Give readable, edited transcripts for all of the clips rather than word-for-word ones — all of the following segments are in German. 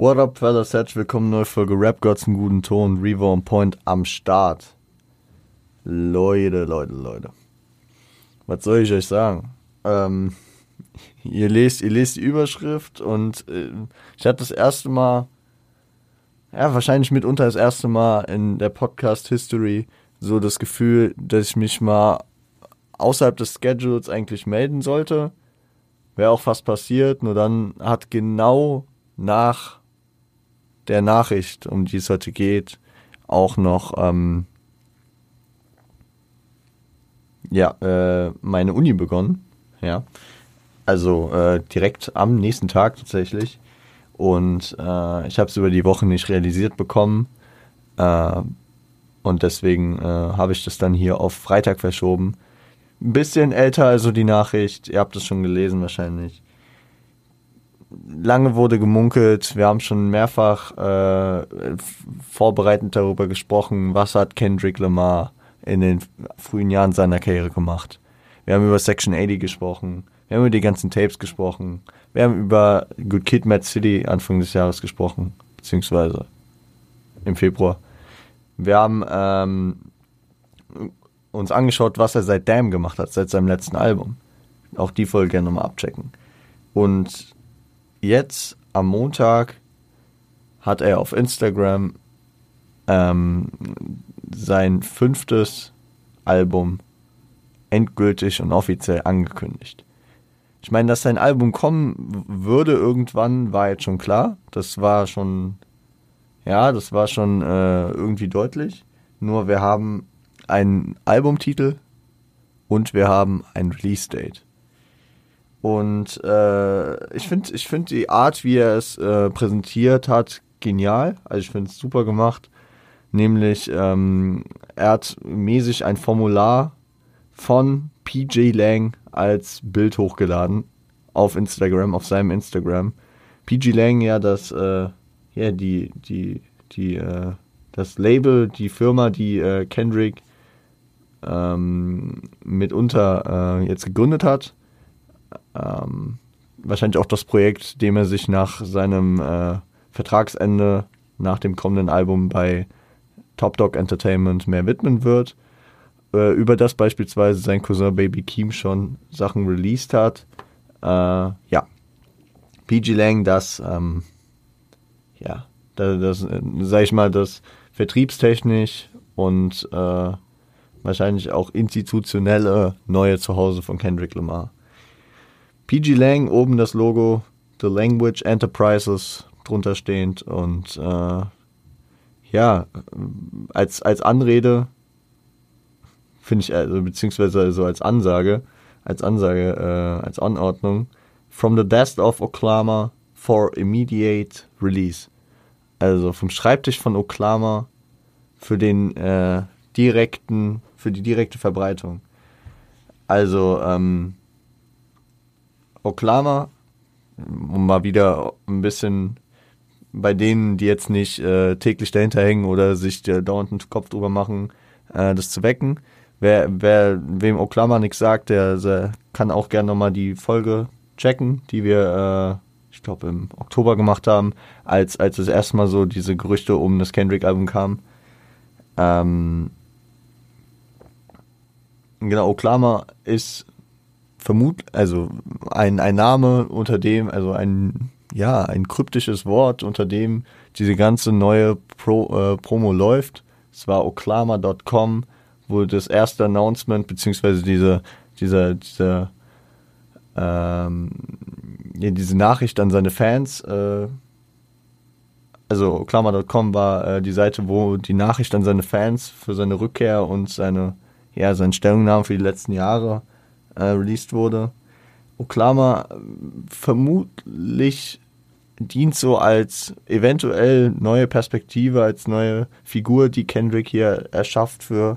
What up, fellas? Herzlich willkommen, neue Folge Rap Gods im guten Ton. Revo on Point am Start. Leute. Was soll ich euch sagen? Ihr lest die Überschrift und ich hatte das erste Mal, wahrscheinlich mitunter das erste Mal in der Podcast-History so das Gefühl, dass ich mich mal außerhalb des Schedules eigentlich melden sollte. Wäre auch fast passiert, nur dann hat genau nach der Nachricht, um die es heute geht, auch noch meine Uni begonnen. Ja, also direkt am nächsten Tag tatsächlich. Und ich habe es über die Woche nicht realisiert bekommen. Und deswegen habe ich das dann hier auf Freitag verschoben. Ein bisschen älter also die Nachricht. Ihr habt es schon gelesen wahrscheinlich. Lange wurde gemunkelt. Wir haben schon mehrfach vorbereitend darüber gesprochen, was hat Kendrick Lamar in den frühen Jahren seiner Karriere gemacht. Wir haben über Section 80 gesprochen. Wir haben über die ganzen Tapes gesprochen. Wir haben über Good Kid, Mad City Anfang des Jahres gesprochen. Beziehungsweise im Februar. Wir haben uns angeschaut, was er seit Damn gemacht hat, seit seinem letzten Album. Auch die Folge gerne nochmal abchecken. Und jetzt, am Montag, hat er auf Instagram sein 5. Album endgültig und offiziell angekündigt. Ich meine, dass sein Album kommen würde irgendwann, war jetzt schon klar. Das war schon irgendwie deutlich. Nur wir haben einen Albumtitel und wir haben ein Release-Date. Und ich finde die Art, wie er es präsentiert hat, genial. Also ich finde es super gemacht. Nämlich, er hat mäßig ein Formular von PJ Lang als Bild hochgeladen auf Instagram, auf seinem Instagram. PJ Lang, ja, das Label, die Firma, die Kendrick mitunter jetzt gegründet hat. Wahrscheinlich auch das Projekt, dem er sich nach seinem Vertragsende, nach dem kommenden Album bei Top Dog Entertainment mehr widmen wird. Über das beispielsweise sein Cousin Baby Keem schon Sachen released hat. PJ Lang, das sag ich mal, das vertriebstechnisch und wahrscheinlich auch institutionelle neue Zuhause von Kendrick Lamar. PJ Lang, oben das Logo, The Language Enterprises drunter stehend und als Anrede finde ich, also beziehungsweise so als Anordnung, from the desk of Oklama for immediate release. Also vom Schreibtisch von Oklama für die direkte Verbreitung. Also Oklama, um mal wieder ein bisschen bei denen, die jetzt nicht täglich dahinter hängen oder sich dauernd einen Kopf drüber machen, das zu wecken. Wem Oklama nichts sagt, der kann auch gerne nochmal die Folge checken, die wir, ich glaube, im Oktober gemacht haben, als das erste Mal so diese Gerüchte um das Kendrick-Album kamen. Genau, Oklama ist also ein Name, unter dem, also ein kryptisches Wort, unter dem diese ganze neue Promo läuft. Es war oklama.com, wo das erste Announcement, beziehungsweise diese Nachricht an seine Fans, also oklama.com war die Seite, wo die Nachricht an seine Fans für seine Rückkehr und seine Stellungnahmen für die letzten Jahre released wurde. Oklama vermutlich dient so als eventuell neue Perspektive, als neue Figur, die Kendrick hier erschafft für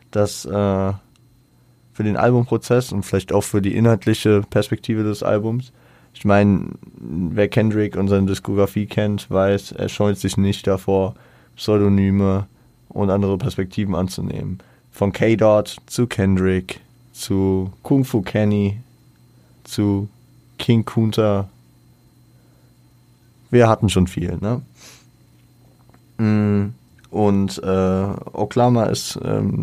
den Albumprozess und vielleicht auch für die inhaltliche Perspektive des Albums. Ich meine, wer Kendrick und seine Diskografie kennt, weiß, er scheut sich nicht davor, Pseudonyme und andere Perspektiven anzunehmen. Von K-Dot zu Kendrick, zu Kung Fu Kenny, zu King Kunta, wir hatten schon viel, ne? Und Oklahoma ist,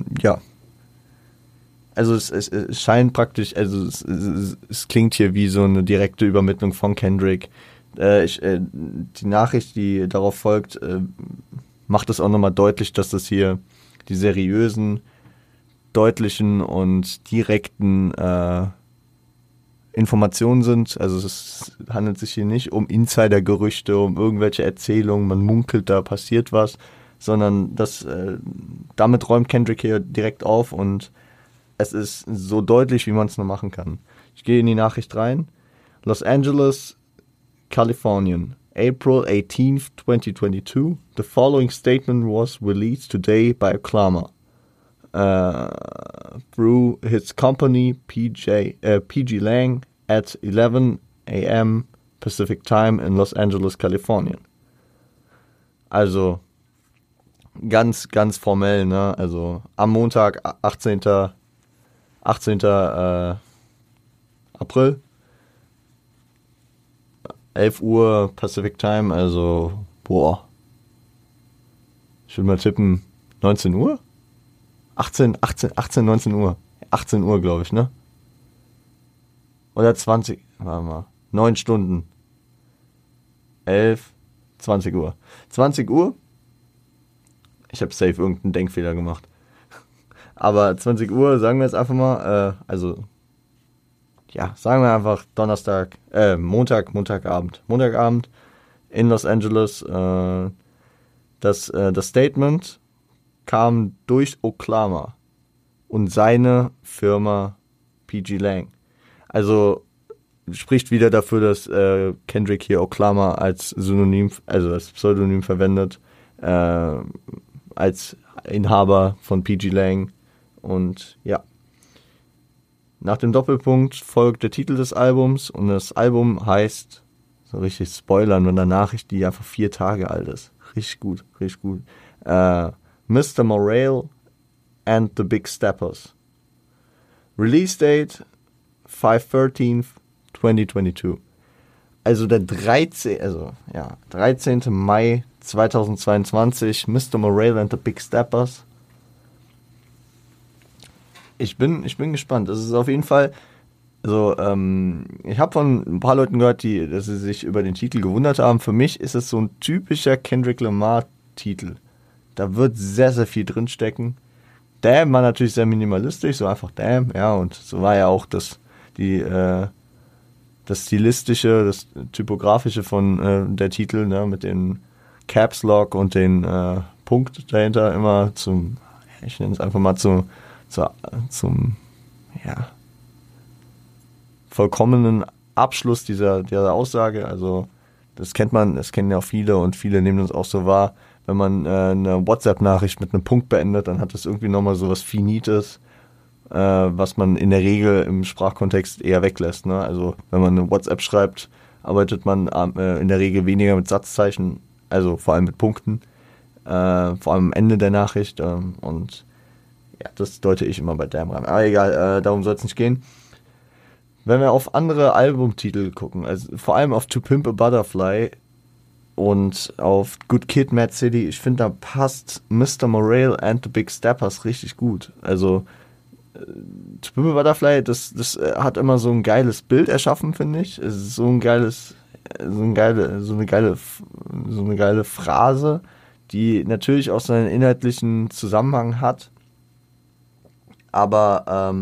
also es scheint praktisch, also es klingt hier wie so eine direkte Übermittlung von Kendrick. Die Nachricht, die darauf folgt, macht es auch nochmal deutlich, dass das hier die seriösen, deutlichen und direkten Informationen sind. Also es handelt sich hier nicht um Insider-Gerüchte, um irgendwelche Erzählungen, man munkelt, da passiert was, sondern damit räumt Kendrick hier direkt auf und es ist so deutlich, wie man es nur machen kann. Ich gehe in die Nachricht rein. Los Angeles, Kalifornien, April 18th, 2022. The following statement was released today by Oklahoma through his company PG Lang at 11 a.m. Pacific Time in Los Angeles, Kalifornien. Also ganz, ganz formell, ne? Also am Montag, 18. April, 11 Uhr Pacific Time, also, ich würde mal tippen, 19 Uhr? 18, 19 Uhr. 18 Uhr, glaube ich, ne? Oder 20, warte mal, 9 Stunden. 11, 20 Uhr. 20 Uhr? Ich habe safe irgendeinen Denkfehler gemacht. Aber 20 Uhr, sagen wir jetzt einfach mal, sagen wir einfach Montagabend. Montagabend in Los Angeles. Das Statement kam durch Oklahoma und seine Firma PG Lang. Also spricht wieder dafür, dass Kendrick hier Oklahoma als Synonym, also als Pseudonym verwendet, als Inhaber von PG Lang. Und ja, nach dem Doppelpunkt folgt der Titel des Albums und das Album heißt, so richtig spoilern mit einer Nachricht, die einfach 4 Tage alt ist. Richtig gut, richtig gut. Mr. Morale and the Big Steppers. Release Date 5/13/2022. Also der 13. Mai 2022, Mr. Morale and the Big Steppers. Ich bin gespannt. Es ist auf jeden Fall so, ich habe von ein paar Leuten gehört, dass sie sich über den Titel gewundert haben. Für mich ist es so ein typischer Kendrick Lamar-Titel. Da wird sehr, sehr viel drinstecken. Damn war natürlich sehr minimalistisch, so einfach Damn, ja, und so war ja auch das Stilistische, das Typografische von der Titel, ne, mit den Caps Lock und den Punkt dahinter immer ich nenne es einfach mal zum vollkommenen Abschluss dieser Aussage. Also das kennen ja auch viele und viele nehmen das auch so wahr. Wenn man eine WhatsApp-Nachricht mit einem Punkt beendet, dann hat das irgendwie nochmal so was Finites, was man in der Regel im Sprachkontext eher weglässt. Ne? Also wenn man eine WhatsApp schreibt, arbeitet man in der Regel weniger mit Satzzeichen, also vor allem mit Punkten, vor allem am Ende der Nachricht und ja, das deute ich immer bei Damn rein. Aber egal, darum soll es nicht gehen. Wenn wir auf andere Albumtitel gucken, also vor allem auf To Pimp a Butterfly und auf Good Kid, Mad City, ich finde, da passt Mr. Morale and the Big Steppers richtig gut. Also To Pimp a Butterfly, das hat immer so ein geiles Bild erschaffen, finde ich. Es ist so eine geile Phrase, die natürlich auch seinen inhaltlichen Zusammenhang hat, aber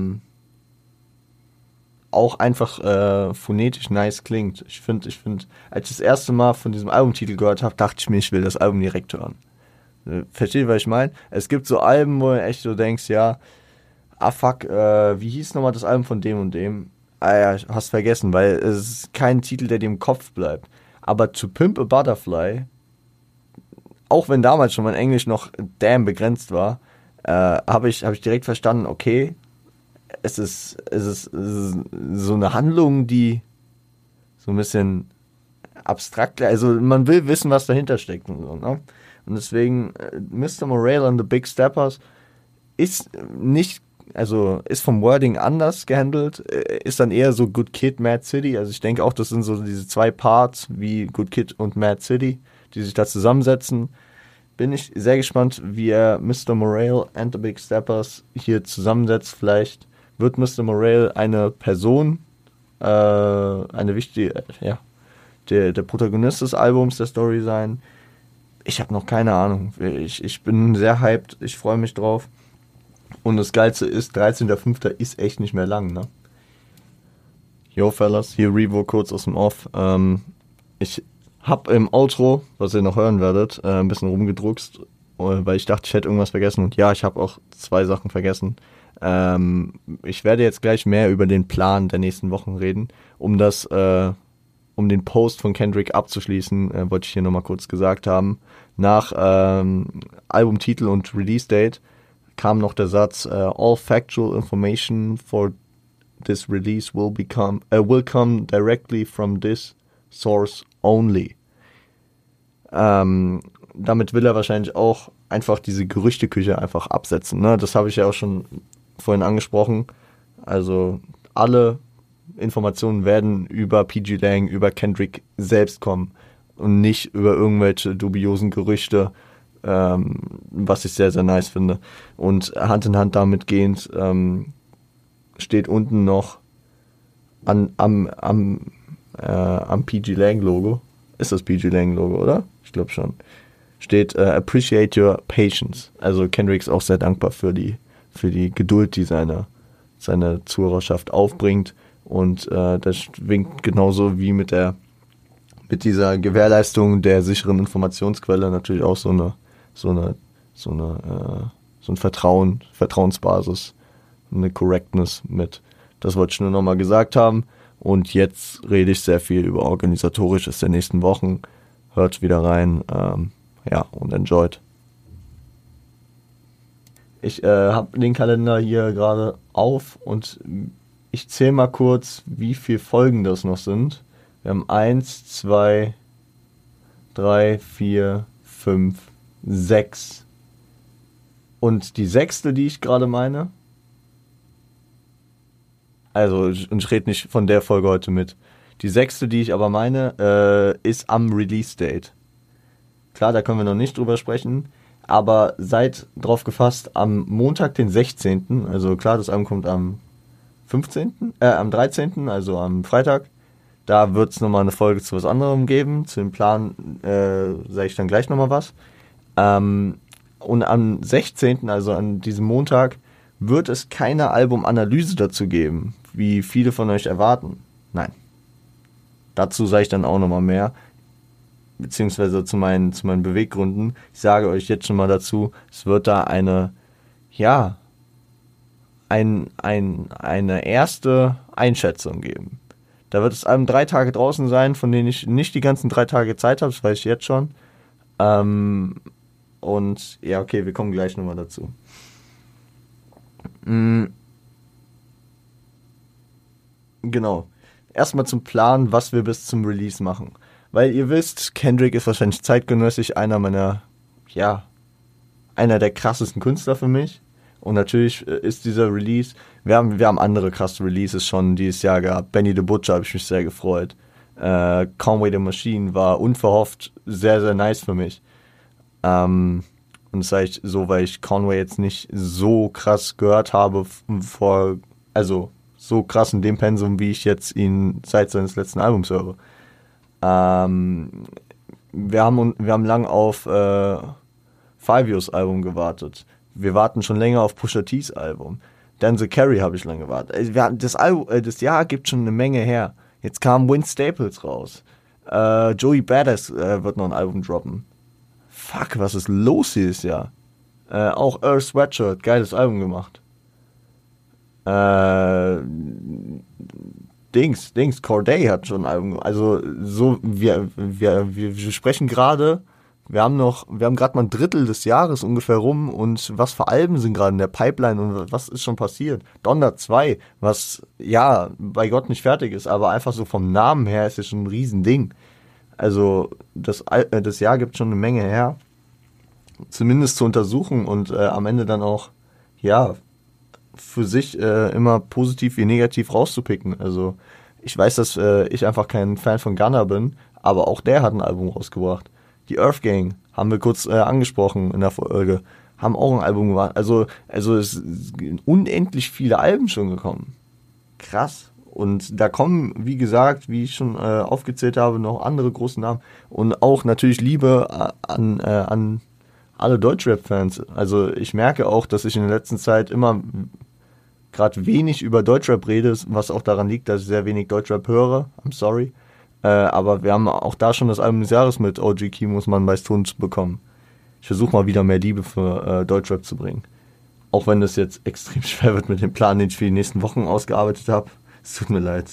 auch einfach phonetisch nice klingt. Ich finde, als ich das erste Mal von diesem Albumtitel gehört habe, dachte ich mir, ich will das Album direkt hören. Versteht ihr, was ich meine? Es gibt so Alben, wo du echt so denkst, ja, wie hieß nochmal das Album von dem und dem? Ah ja, hast vergessen, weil es ist kein Titel, der dir im Kopf bleibt. Aber To Pimp a Butterfly, auch wenn damals schon mein Englisch noch damn begrenzt war, habe ich direkt verstanden, okay, es ist so eine Handlung, die so ein bisschen abstrakt, also man will wissen, was dahinter steckt und so, ne? Und deswegen Mr. Morale and the Big Steppers ist nicht also ist vom Wording anders gehandelt, ist dann eher so Good Kid, Mad City. Also ich denke auch, das sind so diese zwei Parts wie Good Kid und Mad City, die sich da zusammensetzen. Bin ich sehr gespannt, wie er Mr. Morale and the Big Steppers hier zusammensetzt. Vielleicht wird Mr. Morale eine Person, eine wichtige, der Protagonist des Albums, der Story sein. Ich habe noch keine Ahnung. Ich bin sehr hyped, ich freue mich drauf. Und das Geilste ist, 13.05. ist echt nicht mehr lang, ne? Yo, Fellas, hier Revo kurz aus dem Off. Ich hab im Outro, was ihr noch hören werdet, ein bisschen rumgedruckst, weil ich dachte, ich hätte irgendwas vergessen. Und ja, ich habe auch 2 Sachen vergessen. Ich werde jetzt gleich mehr über den Plan der nächsten Wochen reden. Um den Post von Kendrick abzuschließen, wollte ich hier nochmal kurz gesagt haben. Nach Albumtitel und Release-Date kam noch der Satz, all factual information for this release will come directly from this source only. Damit will er wahrscheinlich auch einfach diese Gerüchteküche einfach absetzen. Ne? Das habe ich ja auch schon vorhin angesprochen. Also alle Informationen werden über PG Lang, über Kendrick selbst kommen und nicht über irgendwelche dubiosen Gerüchte, was ich sehr, sehr nice finde. Und Hand in Hand damit gehend steht unten noch am PG Lang Logo, ist das PG Lang Logo, oder? Ich glaube schon. Steht Appreciate your patience. Also Kendrick ist auch sehr dankbar für die Geduld, die seine Zuhörerschaft aufbringt. Und das winkt genauso wie mit dieser Gewährleistung der sicheren Informationsquelle natürlich auch so ein Vertrauensbasis, eine Correctness mit. Das wollte ich nur nochmal gesagt haben. Und jetzt rede ich sehr viel über Organisatorisches der nächsten Wochen. Hört wieder rein, und enjoyt. Ich habe den Kalender hier gerade auf und ich zähle mal kurz, wie viele Folgen das noch sind. Wir haben 1, 2, 3, 4, 5, 6. Und die 6., die ich gerade meine, also ich rede nicht von der Folge heute mit. Die 6., die ich aber meine, ist am Release-Date. Klar, da können wir noch nicht drüber sprechen, aber seid drauf gefasst, am Montag, den 16., also klar, das Album kommt am 13., also am Freitag, da wird es nochmal eine Folge zu was anderem geben. Zu dem Plan sage ich dann gleich nochmal was. Und am 16., also an diesem Montag, wird es keine Albumanalyse dazu geben, wie viele von euch erwarten. Nein. Dazu sage ich dann auch nochmal mehr, beziehungsweise zu meinen Beweggründen. Ich sage euch jetzt schon mal dazu, es wird da eine erste Einschätzung geben. Da wird das Album 3 Tage draußen sein, von denen ich nicht die ganzen 3 Tage Zeit habe, das weiß ich jetzt schon. Und ja, okay, wir kommen gleich nochmal dazu. Genau. Erstmal zum Plan, was wir bis zum Release machen. Weil ihr wisst, Kendrick ist wahrscheinlich zeitgenössisch einer der krassesten Künstler für mich. Und natürlich ist dieser Release, wir haben andere krasse Releases schon dieses Jahr gehabt. Benny the Butcher habe ich mich sehr gefreut. Conway the Machine war unverhofft sehr, sehr nice für mich. Und das sage ich so, weil ich Conway jetzt nicht so krass gehört habe, so krass in dem Pensum, wie ich jetzt ihn seit seines letzten Albums höre. Wir haben lang auf Fiveos Album gewartet. Wir warten schon länger auf Pusha T's Album. Denzel Curry habe ich lange gewartet. Das Jahr gibt schon eine Menge her. Jetzt kam Vince Staples raus. Joey Badass wird noch ein Album droppen. Fuck, was ist los dieses Jahr? Auch Earl Sweatshirt, geiles Album gemacht. Corday hat schon ein Album gemacht. Also so, wir sprechen gerade. Wir haben gerade mal ein Drittel des Jahres ungefähr rum und was für Alben sind gerade in der Pipeline und was ist schon passiert? Donda 2, was ja bei Gott nicht fertig ist, aber einfach so vom Namen her ist es schon ein Riesending. Also das Jahr gibt schon eine Menge her, zumindest zu untersuchen und am Ende dann auch für sich immer positiv wie negativ rauszupicken. Also ich weiß, dass ich einfach kein Fan von Gunna bin, aber auch der hat ein Album rausgebracht. Die Earth Gang haben wir kurz angesprochen in der Folge, haben auch ein Album gemacht. Also es sind unendlich viele Alben schon gekommen. Krass. Und da kommen, wie gesagt, wie ich schon aufgezählt habe, noch andere große Namen. Und auch natürlich Liebe an alle Deutschrap-Fans. Also ich merke auch, dass ich in der letzten Zeit immer gerade wenig über Deutschrap rede, was auch daran liegt, dass ich sehr wenig Deutschrap höre. I'm sorry. Aber wir haben auch da schon das Album des Jahres mit OG Kimo Mann bei Ton zu bekommen. Ich versuche mal wieder mehr Liebe für Deutschrap zu bringen. Auch wenn das jetzt extrem schwer wird mit dem Plan, den ich für die nächsten Wochen ausgearbeitet habe. Es tut mir leid.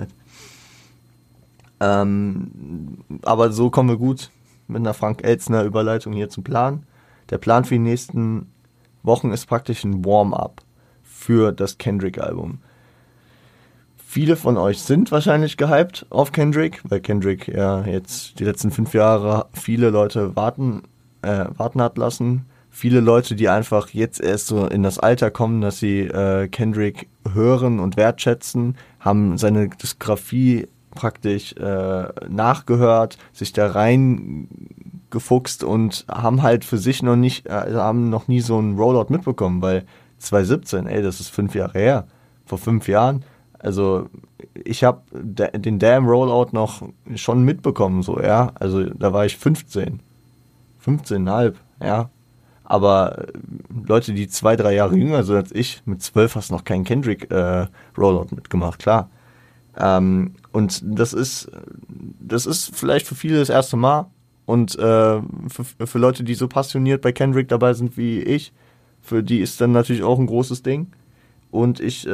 Aber so kommen wir gut mit einer Frank-Elzner Überleitung hier zum Plan. Der Plan für die nächsten Wochen ist praktisch ein Warm-up für das Kendrick-Album. Viele von euch sind wahrscheinlich gehypt auf Kendrick, weil Kendrick ja jetzt die letzten 5 Jahre viele Leute warten hat lassen. Viele Leute, die einfach jetzt erst so in das Alter kommen, dass sie Kendrick hören und wertschätzen, haben seine Diskografie praktisch nachgehört, sich da reingefuchst und haben halt für sich haben noch nie so einen Rollout mitbekommen, weil 2017, das ist 5 Jahre her, vor 5 Jahren, also ich habe den Damn Rollout noch schon mitbekommen, so, ja, also da war ich 15,5, ja, aber Leute, die 2-3 Jahre jünger sind als ich, mit 12 hast du noch keinen Kendrick Rollout mitgemacht, klar. Und das ist vielleicht für viele das erste Mal und für Leute, die so passioniert bei Kendrick dabei sind wie ich, für die ist dann natürlich auch ein großes Ding. Und ich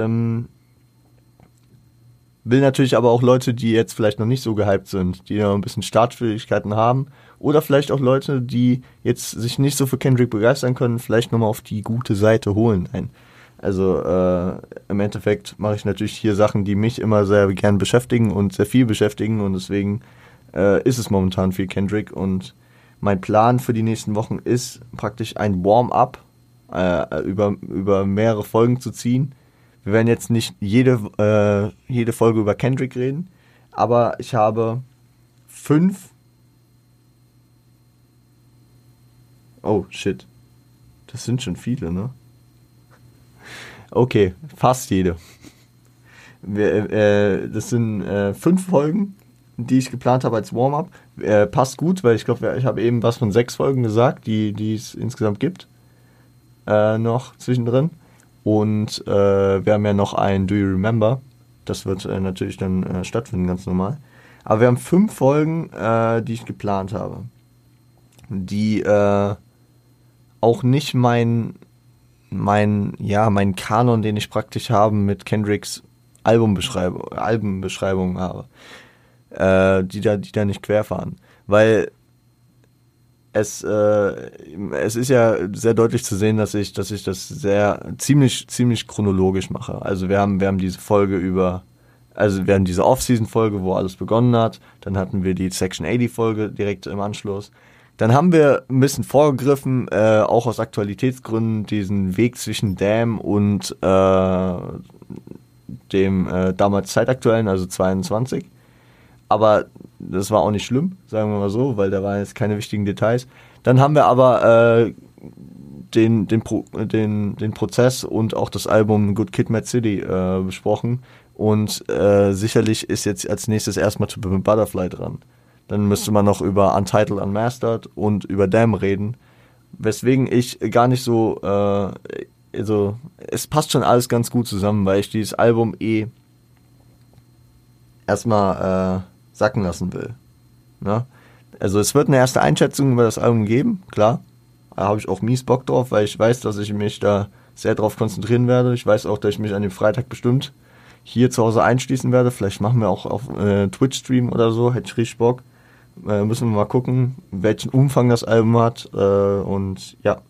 will natürlich aber auch Leute, die jetzt vielleicht noch nicht so gehypt sind, die noch ein bisschen Startschwierigkeiten haben oder vielleicht auch Leute, die jetzt sich nicht so für Kendrick begeistern können, vielleicht nochmal auf die gute Seite holen. Also im Endeffekt mache ich natürlich hier Sachen, die mich immer sehr gern beschäftigen und sehr viel beschäftigen und deswegen ist es momentan viel Kendrick und mein Plan für die nächsten Wochen ist praktisch ein Warm-up über mehrere Folgen zu ziehen. Wir werden jetzt nicht jede Folge über Kendrick reden, aber ich habe 5. Oh, shit. Das sind schon viele, ne? Okay, fast jede. Das sind 5 Folgen, die ich geplant habe als Warm-up. Passt gut, weil ich glaube, ich habe eben was von 6 Folgen gesagt, die es insgesamt gibt. Noch zwischendrin. Und wir haben ja noch ein Do You Remember? Das wird natürlich dann stattfinden, ganz normal. Aber wir haben 5 Folgen, die ich geplant habe. Die auch nicht mein Kanon, den ich praktisch habe mit Kendricks Albenbeschreibungen habe. Die da nicht querfahren. Weil es ist ja sehr deutlich zu sehen, dass ich das ziemlich chronologisch mache. Also wir haben diese Folge wir haben diese Off-Season-Folge, wo alles begonnen hat. Dann hatten wir die Section 80-Folge direkt im Anschluss. Dann haben wir ein bisschen vorgegriffen, auch aus Aktualitätsgründen, diesen Weg zwischen Damn und dem damals zeitaktuellen, also 22. Aber das war auch nicht schlimm, sagen wir mal so, weil da waren jetzt keine wichtigen Details. Dann haben wir aber den Prozess und auch das Album Good Kid, Mad City besprochen. Und sicherlich ist jetzt als nächstes erstmal To Pimp a Butterfly dran. Dann müsste man noch über Untitled Unmastered und über Damn reden. Weswegen ich gar nicht so, also es passt schon alles ganz gut zusammen, weil ich dieses Album erstmal sacken lassen will. Ne? Also es wird eine erste Einschätzung über das Album geben, klar. Da habe ich auch mies Bock drauf, weil ich weiß, dass ich mich da sehr drauf konzentrieren werde. Ich weiß auch, dass ich mich an dem Freitag bestimmt hier zu Hause einschließen werde. Vielleicht machen wir auch auf Twitch-Stream oder so, hätte ich richtig Bock. Müssen wir mal gucken, welchen Umfang das Album hat. Und ja,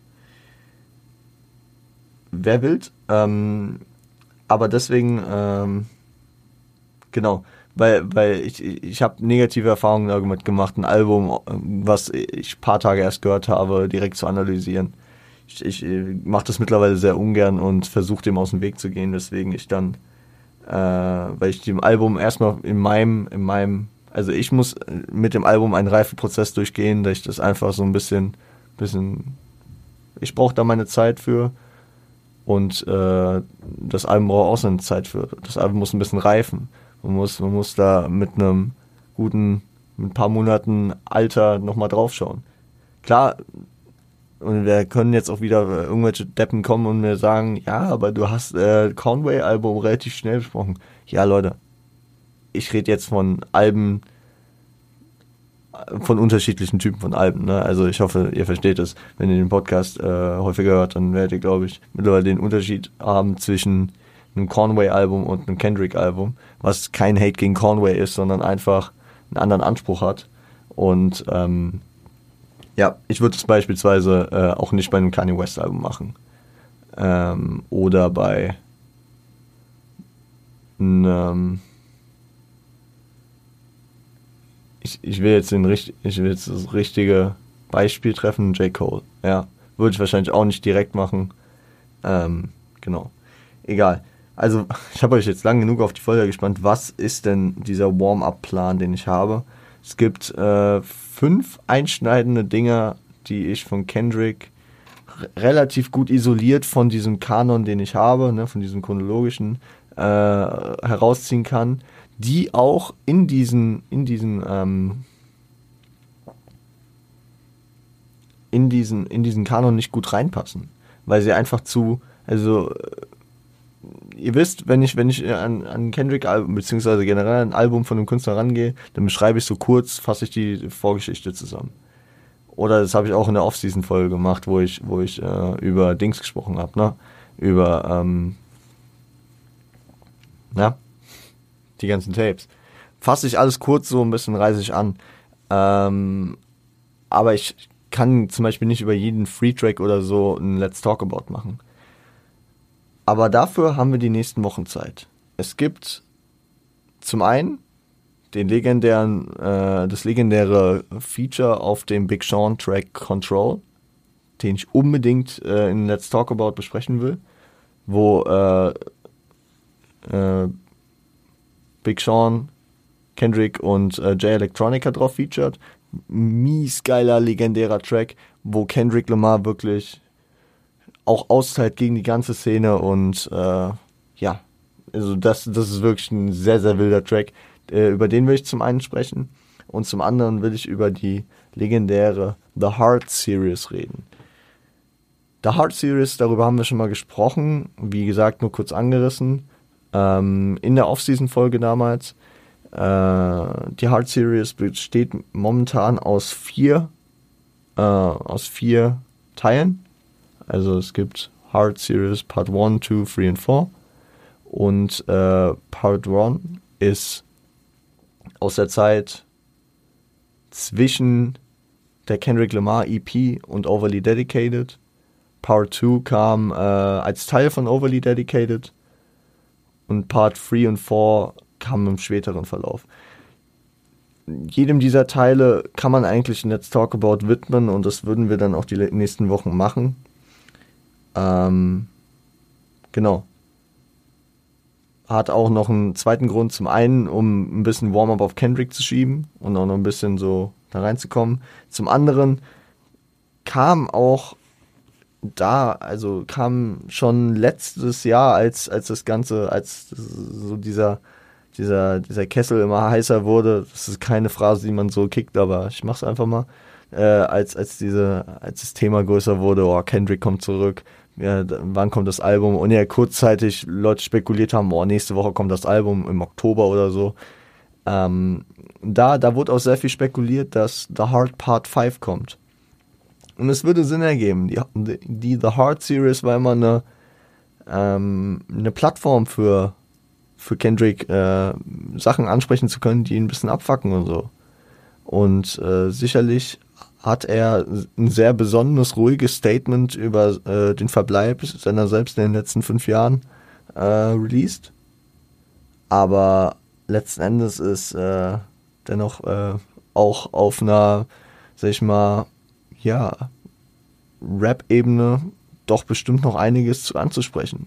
wer will. Aber deswegen, genau, weil ich habe negative Erfahrungen damit gemacht, ein Album, was ich ein paar Tage erst gehört habe, direkt zu analysieren. ich mache das mittlerweile sehr ungern und versuche dem aus dem Weg zu gehen, weswegen ich dann, weil ich dem Album erstmal also ich muss mit dem Album einen Reifeprozess durchgehen, dass ich das einfach so ein bisschen, ich brauche da meine Zeit für und das Album braucht auch seine Zeit für. Das Album muss ein bisschen reifen. Man muss da mit einem mit ein paar Monaten Alter nochmal draufschauen. Klar, und wir können jetzt auch wieder irgendwelche Deppen kommen und mir sagen, ja, aber du hast Conway-Album relativ schnell besprochen. Ja, Leute, ich rede jetzt von Alben, von unterschiedlichen Typen von Alben. Ne? Also ich hoffe, ihr versteht es. Wenn ihr den Podcast häufiger hört, dann werdet ihr, glaube ich, mittlerweile den Unterschied haben zwischen einem Conway-Album und einem Kendrick-Album, was kein Hate gegen Conway ist, sondern einfach einen anderen Anspruch hat. Und ja, ich würde es beispielsweise auch nicht bei einem Kanye West-Album machen. Oder bei einem ich will jetzt das richtige Beispiel treffen, J. Cole. Ja, würde ich wahrscheinlich auch nicht direkt machen. Genau. Egal. Also, ich habe euch jetzt lang genug auf die Folge gespannt. Was ist denn dieser Warm-Up-Plan, den ich habe? Es gibt 5 einschneidende Dinger, die ich von Kendrick relativ gut isoliert von diesem Kanon, den ich habe, ne, von diesem chronologischen, herausziehen kann, die auch in diesen Kanon nicht gut reinpassen, weil sie einfach also ihr wisst, wenn ich an Kendrick-Album, beziehungsweise generell ein Album von einem Künstler rangehe, dann beschreibe ich so kurz, fasse ich die Vorgeschichte zusammen. Oder das habe ich auch in der Off-Season-Folge gemacht, wo ich über Dings gesprochen habe, ne? Über, die ganzen Tapes. Fasse ich alles kurz so ein bisschen, reiße ich an. Aber ich kann zum Beispiel nicht über jeden Free-Track oder so ein Let's Talk About machen. Aber dafür haben wir die nächsten Wochen Zeit. Es gibt zum einen das legendäre Feature auf dem Big Sean Track Control, den ich unbedingt in Let's Talk About besprechen will, wo Big Sean, Kendrick und Jay Electronica drauf featured. Mies geiler, legendärer Track, wo Kendrick Lamar wirklich auch austeilt gegen die ganze Szene und ja, also das ist wirklich ein sehr, sehr wilder Track. Über den will ich zum einen sprechen und zum anderen will ich über die legendäre The Heart Series reden. The Heart Series, darüber haben wir schon mal gesprochen, wie gesagt, nur kurz angerissen, in der Off-Season-Folge damals. Die Heart Series besteht momentan aus 4 Teilen. Also es gibt Heart Series Part 1, 2, 3 und 4. Und Part 1 ist aus der Zeit zwischen der Kendrick Lamar EP und Overly Dedicated. Part 2 kam als Teil von Overly Dedicated. Und Part 3 und 4 kamen im späteren Verlauf. Jedem dieser Teile kann man eigentlich ein Let's Talk About widmen und das würden wir dann auch die nächsten Wochen machen. Genau. Hat auch noch einen zweiten Grund. Zum einen, um ein bisschen Warm-Up auf Kendrick zu schieben und auch noch ein bisschen so da reinzukommen. Zum anderen kam schon letztes Jahr, als so dieser Kessel immer heißer wurde, das ist keine Phrase, die man so kickt, aber ich mach's einfach mal, als das Thema größer wurde, oh, Kendrick kommt zurück, ja, wann kommt das Album? Und ja, kurzzeitig Leute spekuliert haben, oh, nächste Woche kommt das Album im Oktober oder so. Da wurde auch sehr viel spekuliert, dass The Heart Part 5 kommt. Und es würde Sinn ergeben. Die The Heart Series war immer eine Plattform für Kendrick, Sachen ansprechen zu können, die ihn ein bisschen abfucken und so. Und sicherlich hat er ein sehr besonderes, ruhiges Statement über den Verbleib seiner selbst in den letzten 5 Jahren released. Aber letzten Endes ist dennoch auch auf einer, sag ich mal, ja, Rap-Ebene doch bestimmt noch einiges anzusprechen.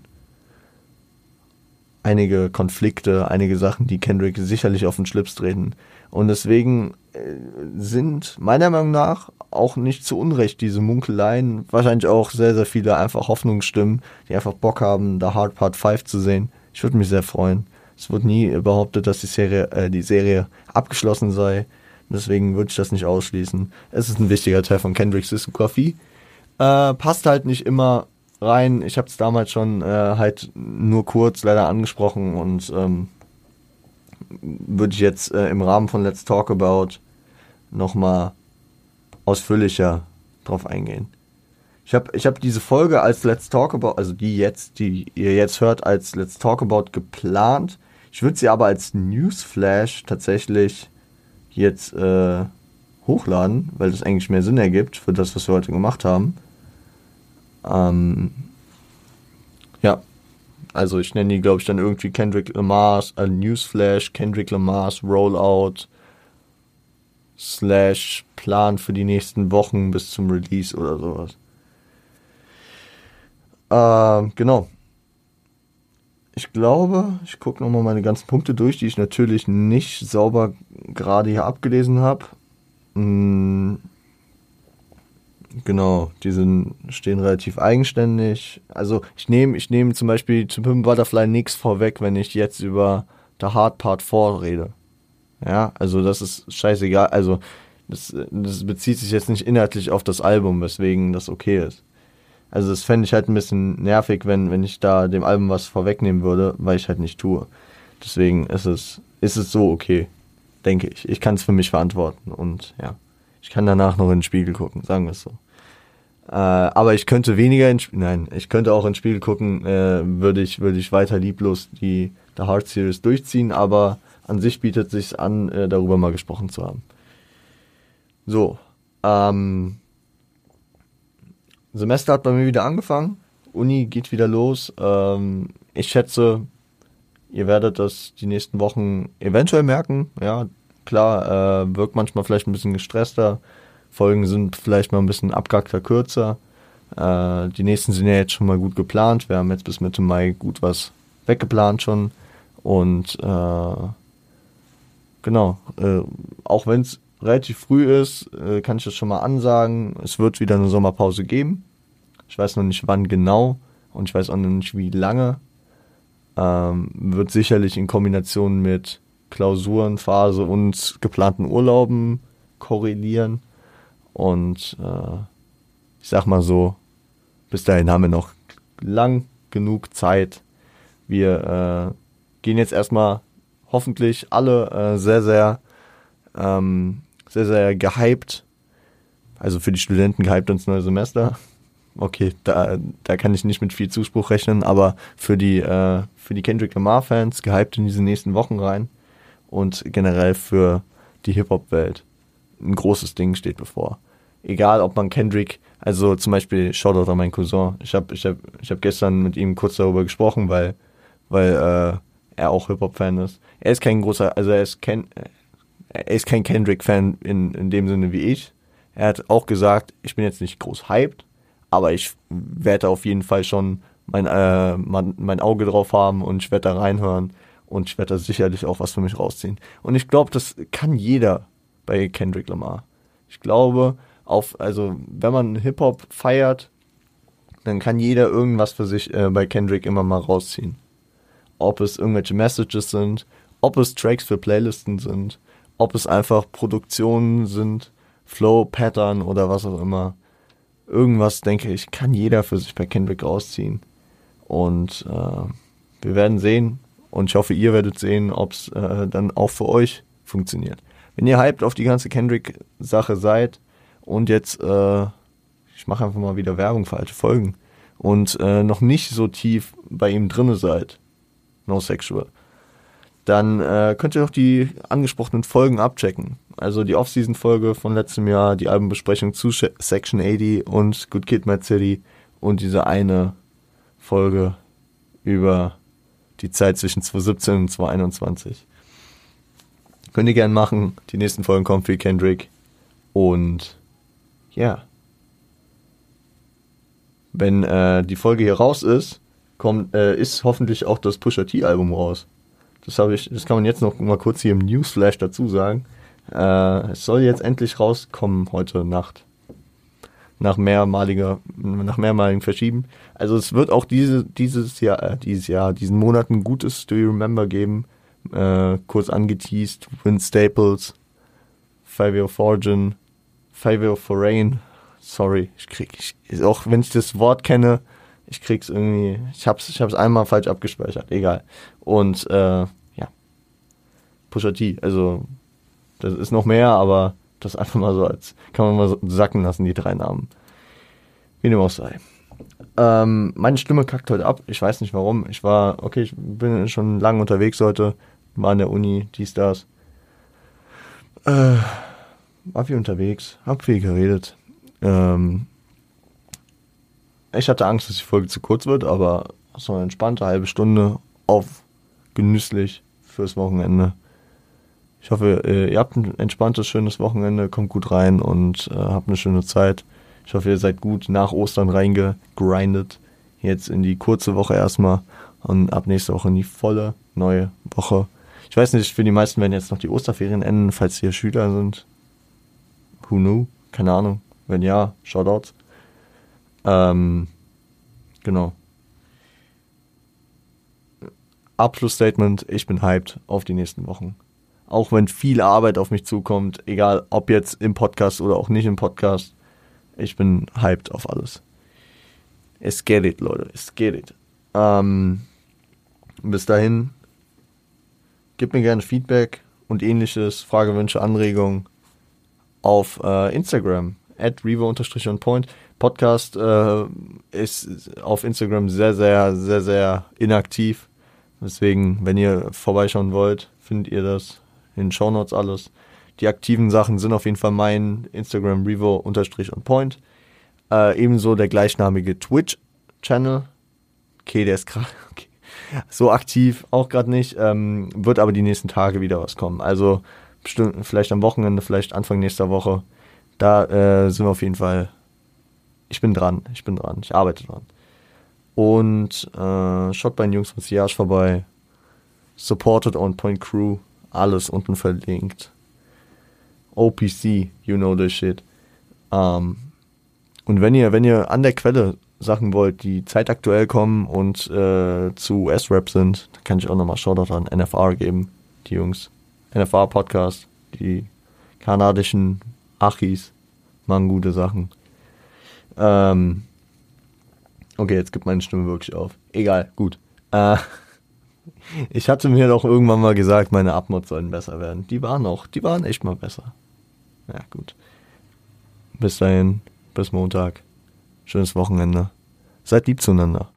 Einige Konflikte, einige Sachen, die Kendrick sicherlich auf den Schlips treten. Und deswegen sind meiner Meinung nach auch nicht zu Unrecht diese Munkeleien, wahrscheinlich auch sehr, sehr viele einfach Hoffnungsstimmen, die einfach Bock haben, da Hard Part 5 zu sehen. Ich würde mich sehr freuen. Es wird nie behauptet, dass die Serie abgeschlossen sei. Deswegen würde ich das nicht ausschließen. Es ist ein wichtiger Teil von Kendricks Diskografie. Passt halt nicht immer rein. Ich habe es damals schon halt nur kurz leider angesprochen und würde ich jetzt im Rahmen von Let's Talk About nochmal ausführlicher drauf eingehen. Ich hab diese Folge als Let's Talk About, also die ihr jetzt hört, als Let's Talk About geplant. Ich würde sie aber als Newsflash tatsächlich jetzt hochladen, weil das eigentlich mehr Sinn ergibt für das, was wir heute gemacht haben. Ja, also ich nenne die, glaube ich, dann irgendwie Kendrick Lamar's Newsflash, Kendrick Lamar's Rollout / Plan für die nächsten Wochen bis zum Release oder sowas. Genau. Ich glaube, ich gucke nochmal meine ganzen Punkte durch, die ich natürlich nicht sauber gerade hier abgelesen habe. Genau, die stehen relativ eigenständig. Also ich nehme zum Beispiel zu Pimp Butterfly nichts vorweg, wenn ich jetzt über The Hard Part 4 rede. Ja, also das ist scheißegal. Also das bezieht sich jetzt nicht inhaltlich auf das Album, weswegen das okay ist. Also das fände ich halt ein bisschen nervig, wenn ich da dem Album was vorwegnehmen würde, weil ich halt nicht tue. Deswegen ist es so okay, denke ich. Ich kann es für mich verantworten und ja, ich kann danach noch in den Spiegel gucken, sagen wir es so. Aber ich könnte ich könnte auch in den Spiegel gucken, würde ich weiter lieblos die The Hard Series durchziehen, aber an sich bietet es sich an, darüber mal gesprochen zu haben. So, Semester hat bei mir wieder angefangen, Uni geht wieder los. Ich schätze, ihr werdet das die nächsten Wochen eventuell merken. Ja, klar, wirkt manchmal vielleicht ein bisschen gestresster. Folgen sind vielleicht mal ein bisschen abgehackter, kürzer. Die nächsten sind ja jetzt schon mal gut geplant. Wir haben jetzt bis Mitte Mai gut was weggeplant schon. Und genau, auch wenn es relativ früh ist, kann ich das schon mal ansagen. Es wird wieder eine Sommerpause geben. Ich weiß noch nicht wann genau und ich weiß auch noch nicht wie lange. Wird sicherlich in Kombination mit Klausurenphase und geplanten Urlauben korrelieren. Und ich sag mal so, bis dahin haben wir noch lang genug Zeit. Wir gehen jetzt erstmal hoffentlich alle sehr, sehr gehypt, also für die Studenten gehypt ins neue Semester. Okay, da kann ich nicht mit viel Zuspruch rechnen, aber für die Kendrick Lamar-Fans gehypt in diese nächsten Wochen rein und generell für die Hip-Hop-Welt. Ein großes Ding steht bevor. Egal, ob man Kendrick, also zum Beispiel Shoutout an meinen Cousin. Ich hab gestern mit ihm kurz darüber gesprochen, weil er auch Hip-Hop-Fan ist. Er ist kein Kendrick-Fan in dem Sinne wie ich. Er hat auch gesagt, ich bin jetzt nicht groß hyped, aber ich werde auf jeden Fall schon mein Auge drauf haben und ich werde da reinhören und ich werde da sicherlich auch was für mich rausziehen. Und ich glaube, das kann jeder bei Kendrick Lamar. Ich glaube, wenn man Hip-Hop feiert, dann kann jeder irgendwas für sich bei Kendrick immer mal rausziehen. Ob es irgendwelche Messages sind, ob es Tracks für Playlisten sind, ob es einfach Produktionen sind, Flow, Pattern oder was auch immer. Irgendwas, denke ich, kann jeder für sich bei Kendrick rausziehen. Und wir werden sehen und ich hoffe, ihr werdet sehen, ob es dann auch für euch funktioniert. Wenn ihr hyped auf die ganze Kendrick-Sache seid und jetzt, ich mache einfach mal wieder Werbung für alte Folgen und noch nicht so tief bei ihm drinne seid, No Sexual, dann könnt ihr doch die angesprochenen Folgen abchecken. Also die Off-Season-Folge von letztem Jahr, die Albenbesprechung zu Section 80 und Good Kid, Mad City und diese eine Folge über die Zeit zwischen 2017 und 2021. Könnt ihr gern machen. Die nächsten Folgen kommen für Kendrick. Und ja. wenn die Folge hier raus ist, ist hoffentlich auch das Pusha T Album raus. Das kann man jetzt noch mal kurz hier im Newsflash dazu sagen. Es soll jetzt endlich rauskommen heute Nacht. Nach mehrmaligen Verschieben. Also es wird auch diesen Monat ein gutes Do You Remember geben. Kurz angeteased. Vince Staples, Fivio Foreign, Fivio Foreign. Sorry, auch wenn ich das Wort kenne, ich krieg's irgendwie, ich hab's einmal falsch abgespeichert, egal. Und Pusha T, also das ist noch mehr, aber das einfach mal so kann man mal so sacken lassen, die 3 Namen. Wie dem auch sei. Meine Stimme kackt heute ab, ich weiß nicht warum. Ich bin schon lange unterwegs heute, war an der Uni, das. War viel unterwegs, hab viel geredet. Ich hatte Angst, dass die Folge zu kurz wird, aber so eine entspannte halbe Stunde genüsslich fürs Wochenende. Ich hoffe, ihr habt ein entspanntes, schönes Wochenende, kommt gut rein und habt eine schöne Zeit. Ich hoffe, ihr seid gut nach Ostern reingegrindet. Jetzt in die kurze Woche erstmal und ab nächste Woche in die volle neue Woche. Ich weiß nicht, für die meisten werden jetzt noch die Osterferien enden, falls hier Schüler sind. Who knew? Keine Ahnung. Wenn ja, Shoutouts. Genau. Abschlussstatement, ich bin hyped auf die nächsten Wochen. Auch wenn viel Arbeit auf mich zukommt, egal ob jetzt im Podcast oder auch nicht im Podcast, ich bin hyped auf alles. Es get it, Leute, es get it. Bis dahin, gebt mir gerne Feedback und ähnliches, Fragewünsche, Anregungen auf Instagram, @revo_on_point. Podcast ist auf Instagram sehr, sehr, sehr, sehr inaktiv. Deswegen, wenn ihr vorbeischauen wollt, findet ihr das in den Shownotes alles. Die aktiven Sachen sind auf jeden Fall mein Instagram revo_on_point. Ebenso der gleichnamige Twitch-Channel. Okay, der ist gerade so aktiv, auch gerade nicht. Wird aber die nächsten Tage wieder was kommen. Also bestimmt, vielleicht am Wochenende, vielleicht Anfang nächster Woche. Da sind wir auf jeden Fall. Ich bin dran, ich arbeite dran. Und schaut bei den Jungs von Siage vorbei. Supported On Point Crew. Alles unten verlinkt. OPC, you know this shit. Und wenn ihr an der Quelle Sachen wollt, die zeitaktuell kommen und zu US-Rap sind, dann kann ich auch nochmal Shoutout an NFR geben, die Jungs. NFR Podcast, die kanadischen Achis machen gute Sachen. Okay, jetzt gibt meine Stimme wirklich auf. Egal, gut. Ich hatte mir doch irgendwann mal gesagt, meine Abmods sollen besser werden. Die waren echt mal besser. Ja, gut. Bis dahin, bis Montag. Schönes Wochenende. Seid lieb zueinander.